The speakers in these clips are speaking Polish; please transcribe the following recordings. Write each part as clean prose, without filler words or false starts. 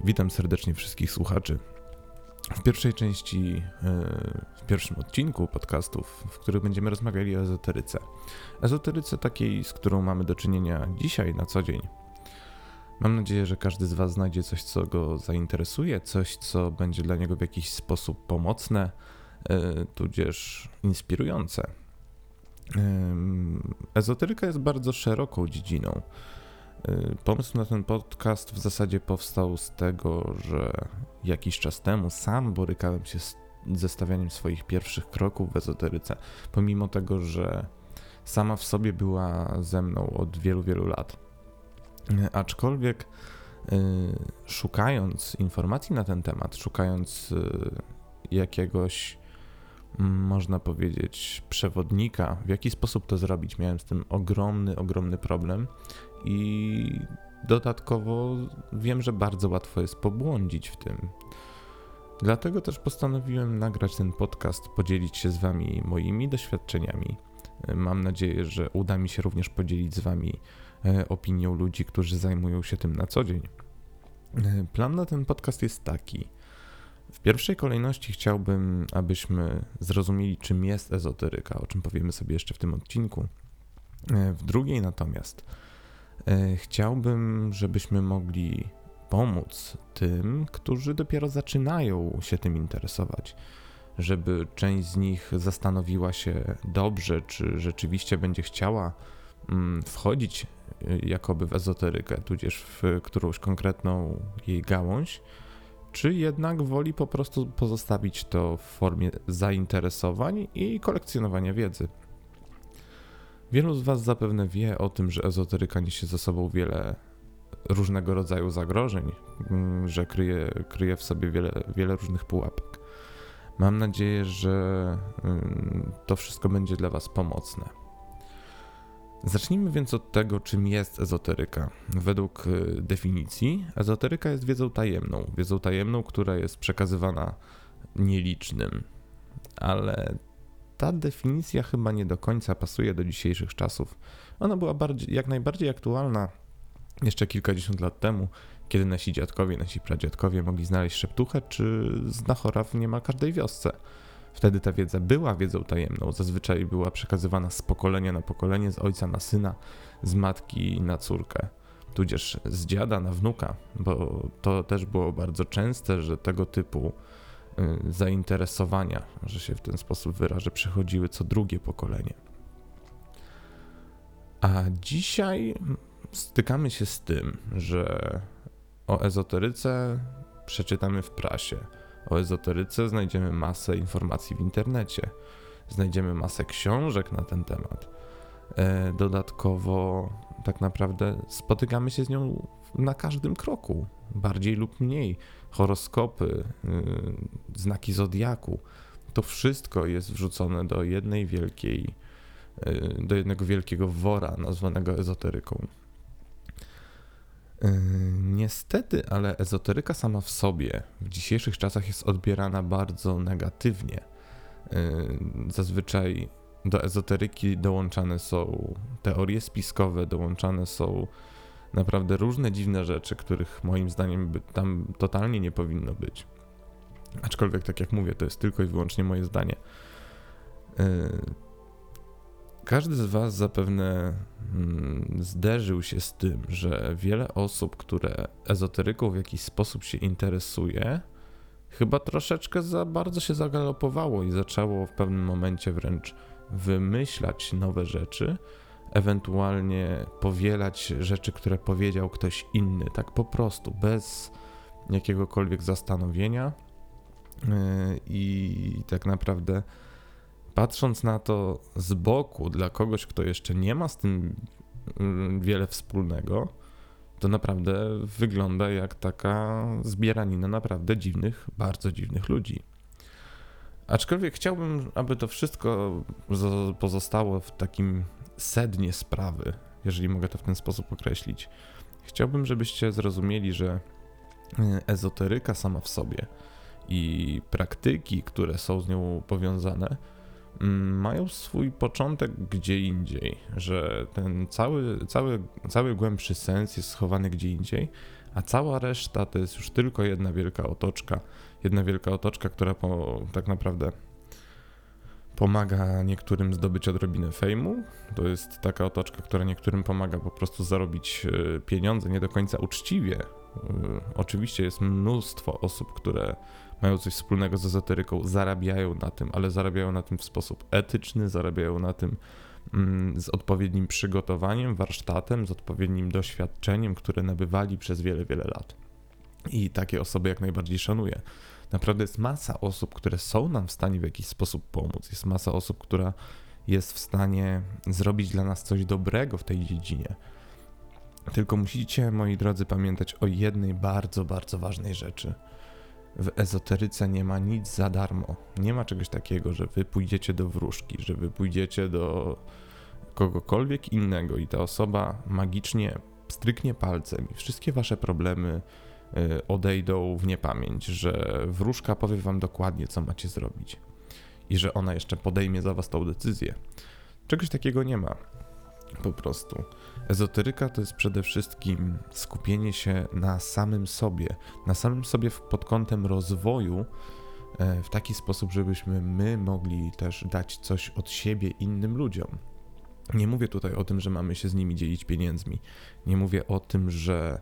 Witam serdecznie wszystkich słuchaczy. W pierwszej części, w pierwszym odcinku podcastów, w których będziemy rozmawiali o ezoteryce. Ezoteryce takiej, z którą mamy do czynienia dzisiaj, na co dzień. Mam nadzieję, że każdy z Was znajdzie coś, co go zainteresuje, coś, co będzie dla niego w jakiś sposób pomocne, tudzież inspirujące. Ezoteryka jest bardzo szeroką dziedziną. Pomysł na ten podcast w zasadzie powstał z tego, że jakiś czas temu sam borykałem się ze stawianiem swoich pierwszych kroków w ezoteryce, pomimo tego, że sama w sobie była ze mną od wielu, wielu lat. Aczkolwiek szukając informacji na ten temat, szukając jakiegoś, można powiedzieć, przewodnika, w jaki sposób to zrobić, miałem z tym ogromny problem i dodatkowo wiem, że bardzo łatwo jest pobłądzić w tym. Dlatego też postanowiłem nagrać ten podcast, podzielić się z Wami moimi doświadczeniami. Mam nadzieję, że uda mi się również podzielić z Wami opinią ludzi, którzy zajmują się tym na co dzień. Plan na ten podcast jest taki. W pierwszej kolejności chciałbym, abyśmy zrozumieli, czym jest ezoteryka, o czym powiemy sobie jeszcze w tym odcinku. W drugiej natomiast chciałbym, żebyśmy mogli pomóc tym, którzy dopiero zaczynają się tym interesować, żeby część z nich zastanowiła się dobrze, czy rzeczywiście będzie chciała wchodzić jakoby w ezoterykę, tudzież w którąś konkretną jej gałąź, czy jednak woli po prostu pozostawić to w formie zainteresowań i kolekcjonowania wiedzy. Wielu z Was zapewne wie o tym, że ezoteryka niesie ze sobą wiele różnego rodzaju zagrożeń, że kryje w sobie wiele różnych pułapek. Mam nadzieję, że to wszystko będzie dla Was pomocne. Zacznijmy więc od tego, czym jest ezoteryka. Według definicji ezoteryka jest wiedzą tajemną, która jest przekazywana nielicznym, ale ta definicja chyba nie do końca pasuje do dzisiejszych czasów. Ona była jak najbardziej aktualna jeszcze kilkadziesiąt lat temu, kiedy nasi dziadkowie, nasi pradziadkowie mogli znaleźć szeptuchę czy znachora w niemal każdej wiosce. Wtedy ta wiedza była wiedzą tajemną, zazwyczaj była przekazywana z pokolenia na pokolenie, z ojca na syna, z matki na córkę, tudzież z dziada na wnuka, bo to też było bardzo częste, że tego typu zainteresowania, że się w ten sposób wyrażę, przechodziły co drugie pokolenie. A dzisiaj stykamy się z tym, że o ezoteryce przeczytamy w prasie, o ezoteryce znajdziemy masę informacji w internecie, znajdziemy masę książek na ten temat. Dodatkowo tak naprawdę spotykamy się z nią na każdym kroku, bardziej lub mniej. Horoskopy, znaki zodiaku, to wszystko jest wrzucone do jednego wielkiego wora nazwanego ezoteryką. Niestety, ale ezoteryka sama w sobie w dzisiejszych czasach jest odbierana bardzo negatywnie. Zazwyczaj do ezoteryki dołączane są teorie spiskowe, dołączane są naprawdę różne dziwne rzeczy, których moim zdaniem tam totalnie nie powinno być. Aczkolwiek, tak jak mówię, to jest tylko i wyłącznie moje zdanie. Każdy z Was zapewne zderzył się z tym, że wiele osób, które ezoteryką w jakiś sposób się interesuje, chyba troszeczkę za bardzo się zagalopowało i zaczęło w pewnym momencie wręcz wymyślać nowe rzeczy, ewentualnie powielać rzeczy, które powiedział ktoś inny, tak po prostu, bez jakiegokolwiek zastanowienia i tak naprawdę patrząc na to z boku dla kogoś, kto jeszcze nie ma z tym wiele wspólnego, to naprawdę wygląda jak taka zbieranina naprawdę dziwnych, bardzo dziwnych ludzi. Aczkolwiek chciałbym, aby to wszystko pozostało w takim sednie sprawy, jeżeli mogę to w ten sposób określić. Chciałbym, żebyście zrozumieli, że ezoteryka sama w sobie i praktyki, które są z nią powiązane, mają swój początek gdzie indziej, że ten cały głębszy sens jest schowany gdzie indziej, a cała reszta to jest już tylko jedna wielka otoczka, która tak naprawdę pomaga niektórym zdobyć odrobinę fejmu. To jest taka otoczka, która niektórym pomaga po prostu zarobić pieniądze nie do końca uczciwie. Oczywiście jest mnóstwo osób, które mają coś wspólnego z ezoteryką, zarabiają na tym, ale zarabiają na tym w sposób etyczny, zarabiają na tym z odpowiednim przygotowaniem, warsztatem, z odpowiednim doświadczeniem, które nabywali przez wiele, wiele lat. I takie osoby jak najbardziej szanuję. Naprawdę jest masa osób, które są nam w stanie w jakiś sposób pomóc. Jest masa osób, która jest w stanie zrobić dla nas coś dobrego w tej dziedzinie. Tylko musicie, moi drodzy, pamiętać o jednej bardzo, bardzo ważnej rzeczy. W ezoteryce nie ma nic za darmo. Nie ma czegoś takiego, że wy pójdziecie do wróżki, że wy pójdziecie do kogokolwiek innego i ta osoba magicznie stryknie palcem i wszystkie wasze problemy odejdą w niepamięć, że wróżka powie wam dokładnie, co macie zrobić i że ona jeszcze podejmie za was tą decyzję. Czegoś takiego nie ma. Po prostu. Ezoteryka to jest przede wszystkim skupienie się na samym sobie pod kątem rozwoju w taki sposób, żebyśmy my mogli też dać coś od siebie innym ludziom. Nie mówię tutaj o tym, że mamy się z nimi dzielić pieniędzmi. Nie mówię o tym, że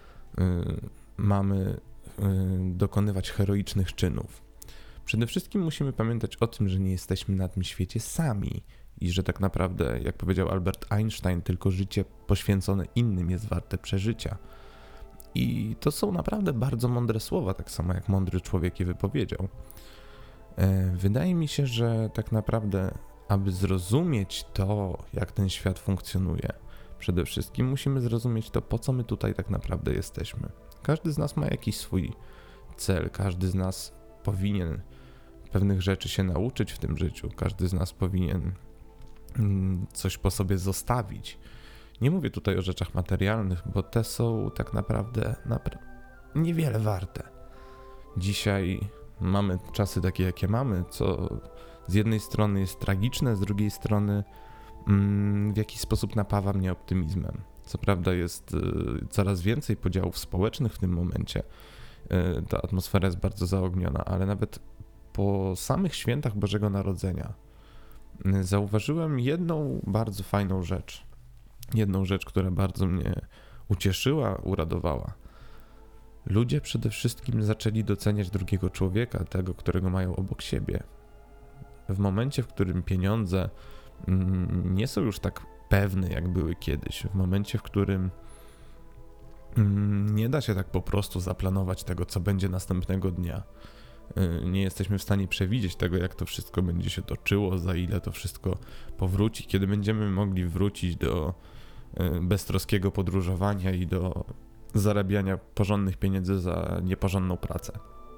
mamy dokonywać heroicznych czynów. Przede wszystkim musimy pamiętać o tym, że nie jesteśmy na tym świecie sami i że tak naprawdę, jak powiedział Albert Einstein, tylko życie poświęcone innym jest warte przeżycia. I to są naprawdę bardzo mądre słowa, tak samo jak mądry człowiek je wypowiedział. Wydaje mi się, że tak naprawdę, aby zrozumieć to, jak ten świat funkcjonuje, przede wszystkim musimy zrozumieć to, po co my tutaj tak naprawdę jesteśmy. Każdy z nas ma jakiś swój cel, każdy z nas powinien pewnych rzeczy się nauczyć w tym życiu, każdy z nas powinien coś po sobie zostawić. Nie mówię tutaj o rzeczach materialnych, bo te są tak naprawdę niewiele warte. Dzisiaj mamy czasy takie, jakie mamy, co z jednej strony jest tragiczne, z drugiej strony w jakiś sposób napawa mnie optymizmem. Co prawda jest coraz więcej podziałów społecznych w tym momencie, ta atmosfera jest bardzo zaogniona, ale nawet po samych świętach Bożego Narodzenia zauważyłem jedną bardzo fajną rzecz. Jedną rzecz, która bardzo mnie ucieszyła, uradowała. Ludzie przede wszystkim zaczęli doceniać drugiego człowieka, tego, którego mają obok siebie. W momencie, w którym pieniądze nie są już tak pewne, jak były kiedyś, w momencie, w którym nie da się tak po prostu zaplanować tego, co będzie następnego dnia. Nie jesteśmy w stanie przewidzieć tego, jak to wszystko będzie się toczyło, za ile to wszystko powróci, kiedy będziemy mogli wrócić do beztroskiego podróżowania i do zarabiania porządnych pieniędzy za nieporządną pracę.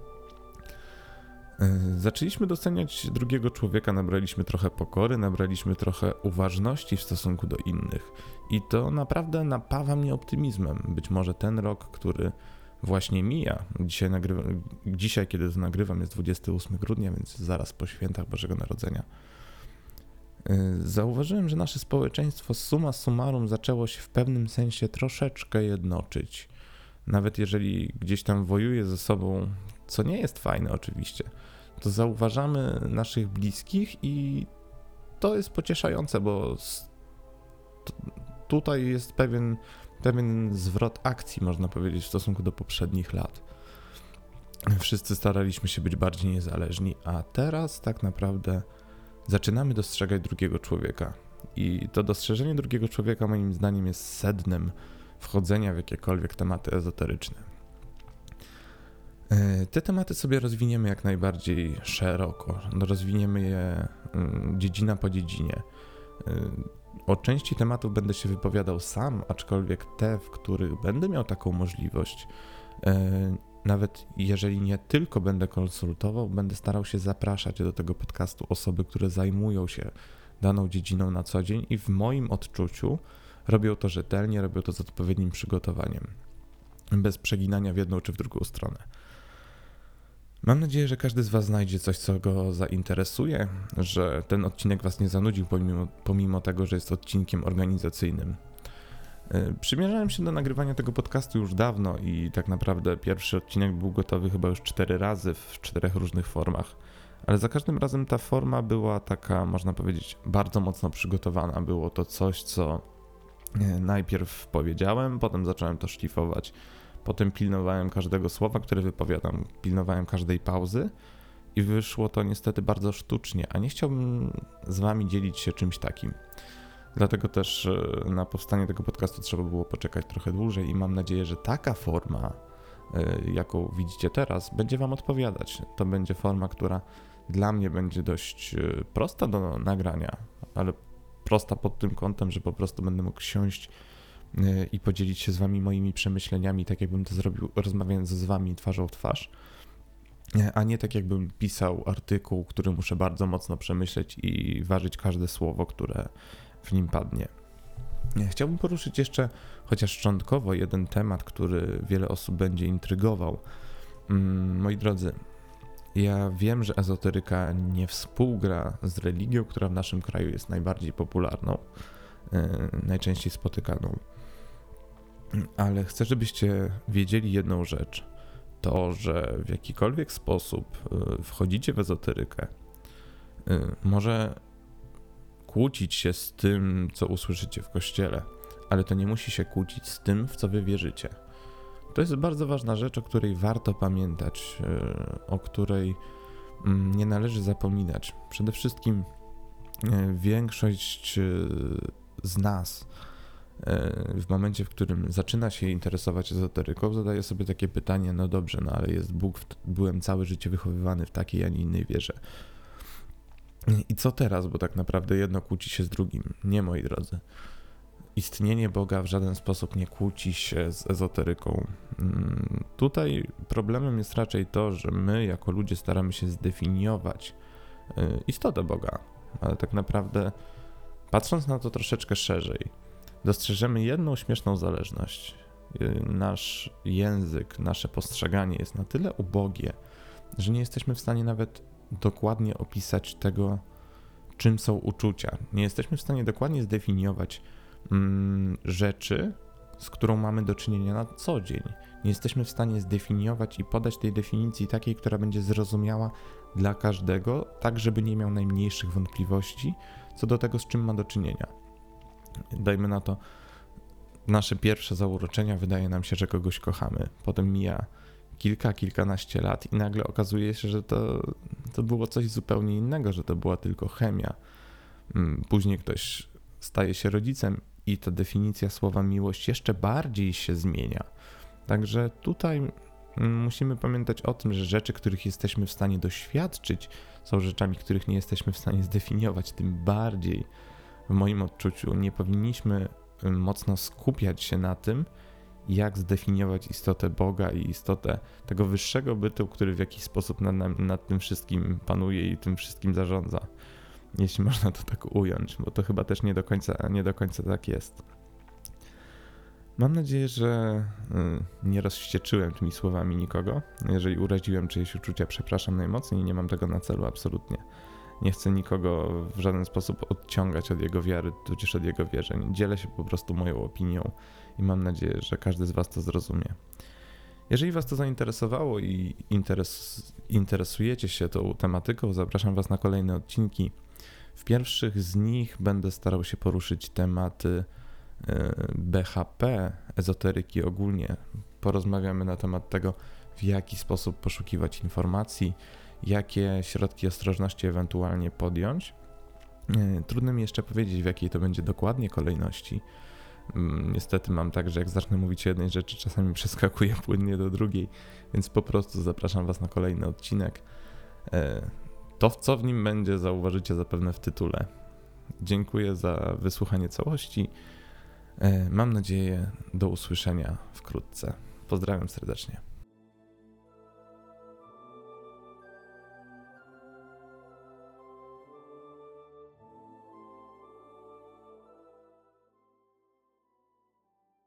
Zaczęliśmy doceniać drugiego człowieka, nabraliśmy trochę pokory, nabraliśmy trochę uważności w stosunku do innych i to naprawdę napawa mnie optymizmem. Być może ten rok, który właśnie mija, dzisiaj kiedy to nagrywam, jest 28 grudnia, więc zaraz po świętach Bożego Narodzenia, zauważyłem, że nasze społeczeństwo summa summarum zaczęło się w pewnym sensie troszeczkę jednoczyć. Nawet jeżeli gdzieś tam wojuje ze sobą, co nie jest fajne oczywiście, to zauważamy naszych bliskich i to jest pocieszające, bo tutaj jest pewien zwrot akcji, można powiedzieć, w stosunku do poprzednich lat. Wszyscy staraliśmy się być bardziej niezależni, a teraz tak naprawdę zaczynamy dostrzegać drugiego człowieka. I to dostrzeżenie drugiego człowieka moim zdaniem jest sednem wchodzenia w jakiekolwiek tematy ezoteryczne. Te tematy sobie rozwiniemy jak najbardziej szeroko. Rozwiniemy je dziedzina po dziedzinie. O części tematów będę się wypowiadał sam, aczkolwiek te, w których będę miał taką możliwość, nawet jeżeli nie tylko będę konsultował, będę starał się zapraszać do tego podcastu osoby, które zajmują się daną dziedziną na co dzień i w moim odczuciu robią to rzetelnie, robią to z odpowiednim przygotowaniem, bez przeginania w jedną czy w drugą stronę. Mam nadzieję, że każdy z Was znajdzie coś, co go zainteresuje, że ten odcinek Was nie zanudził, pomimo tego, że jest odcinkiem organizacyjnym. Przymierzałem się do nagrywania tego podcastu już dawno i tak naprawdę pierwszy odcinek był gotowy chyba już 4 razy w 4 różnych formach, ale za każdym razem ta forma była taka, można powiedzieć, bardzo mocno przygotowana. Było to coś, co najpierw powiedziałem, potem zacząłem to szlifować, potem pilnowałem każdego słowa, które wypowiadam, pilnowałem każdej pauzy i wyszło to niestety bardzo sztucznie, a nie chciałbym z wami dzielić się czymś takim. Dlatego też na powstanie tego podcastu trzeba było poczekać trochę dłużej i mam nadzieję, że taka forma, jaką widzicie teraz, będzie wam odpowiadać. To będzie forma, która dla mnie będzie dość prosta do nagrania, ale prosta pod tym kątem, że po prostu będę mógł siąść i podzielić się z wami moimi przemyśleniami, tak jakbym to zrobił, rozmawiając z wami twarzą w twarz, a nie tak jakbym pisał artykuł, który muszę bardzo mocno przemyśleć i ważyć każde słowo, które w nim padnie. Chciałbym poruszyć jeszcze, chociaż szczątkowo, jeden temat, który wiele osób będzie intrygował. Moi drodzy, ja wiem, że ezoteryka nie współgra z religią, która w naszym kraju jest najbardziej popularną, najczęściej spotykaną. Ale chcę, żebyście wiedzieli jedną rzecz. To, że w jakikolwiek sposób wchodzicie w ezoterykę, może kłócić się z tym, co usłyszycie w kościele, ale to nie musi się kłócić z tym, w co wy wierzycie. To jest bardzo ważna rzecz, o której warto pamiętać, o której nie należy zapominać. Przede wszystkim większość z nas w momencie, w którym zaczyna się interesować ezoteryką, zadaje sobie takie pytanie, no dobrze, no ale jest Bóg, byłem całe życie wychowywany w takiej, a nie innej wierze. I co teraz, bo tak naprawdę jedno kłóci się z drugim. Nie, moi drodzy. Istnienie Boga w żaden sposób nie kłóci się z ezoteryką. Tutaj problemem jest raczej to, że my jako ludzie staramy się zdefiniować istotę Boga, ale tak naprawdę patrząc na to troszeczkę szerzej, dostrzeżemy jedną śmieszną zależność. Nasz język, nasze postrzeganie jest na tyle ubogie, że nie jesteśmy w stanie nawet dokładnie opisać tego, czym są uczucia. Nie jesteśmy w stanie dokładnie zdefiniować rzeczy, z którą mamy do czynienia na co dzień. Nie jesteśmy w stanie zdefiniować i podać tej definicji takiej, która będzie zrozumiała dla każdego, tak żeby nie miał najmniejszych wątpliwości co do tego, z czym ma do czynienia. Dajmy na to, nasze pierwsze zauroczenia wydaje nam się, że kogoś kochamy. Potem mija kilkanaście lat i nagle okazuje się, że to było coś zupełnie innego, że to była tylko chemia. Później ktoś staje się rodzicem i ta definicja słowa miłość jeszcze bardziej się zmienia. Także tutaj musimy pamiętać o tym, że rzeczy, których jesteśmy w stanie doświadczyć, są rzeczami, których nie jesteśmy w stanie zdefiniować. Tym bardziej, w moim odczuciu, nie powinniśmy mocno skupiać się na tym, jak zdefiniować istotę Boga i istotę tego wyższego bytu, który w jakiś sposób nad tym wszystkim panuje i tym wszystkim zarządza. Jeśli można to tak ująć, bo to chyba też nie do końca tak jest. Mam nadzieję, że nie rozwścieczyłem tymi słowami nikogo. Jeżeli uraziłem czyjeś uczucia, przepraszam najmocniej i nie mam tego na celu absolutnie. Nie chcę nikogo w żaden sposób odciągać od jego wiary, tudzież od jego wierzeń. Dzielę się po prostu moją opinią i mam nadzieję, że każdy z was to zrozumie. Jeżeli was to zainteresowało i interesujecie się tą tematyką, zapraszam was na kolejne odcinki. W pierwszych z nich będę starał się poruszyć tematy BHP, ezoteryki ogólnie. Porozmawiamy na temat tego, w jaki sposób poszukiwać informacji, jakie środki ostrożności ewentualnie podjąć. Trudno mi jeszcze powiedzieć, w jakiej to będzie dokładnie kolejności. Niestety mam tak, że jak zacznę mówić o jednej rzeczy, czasami przeskakuję płynnie do drugiej, więc po prostu zapraszam was na kolejny odcinek. To, co w nim będzie, zauważycie zapewne w tytule. Dziękuję za wysłuchanie całości. Mam nadzieję, do usłyszenia wkrótce. Pozdrawiam serdecznie.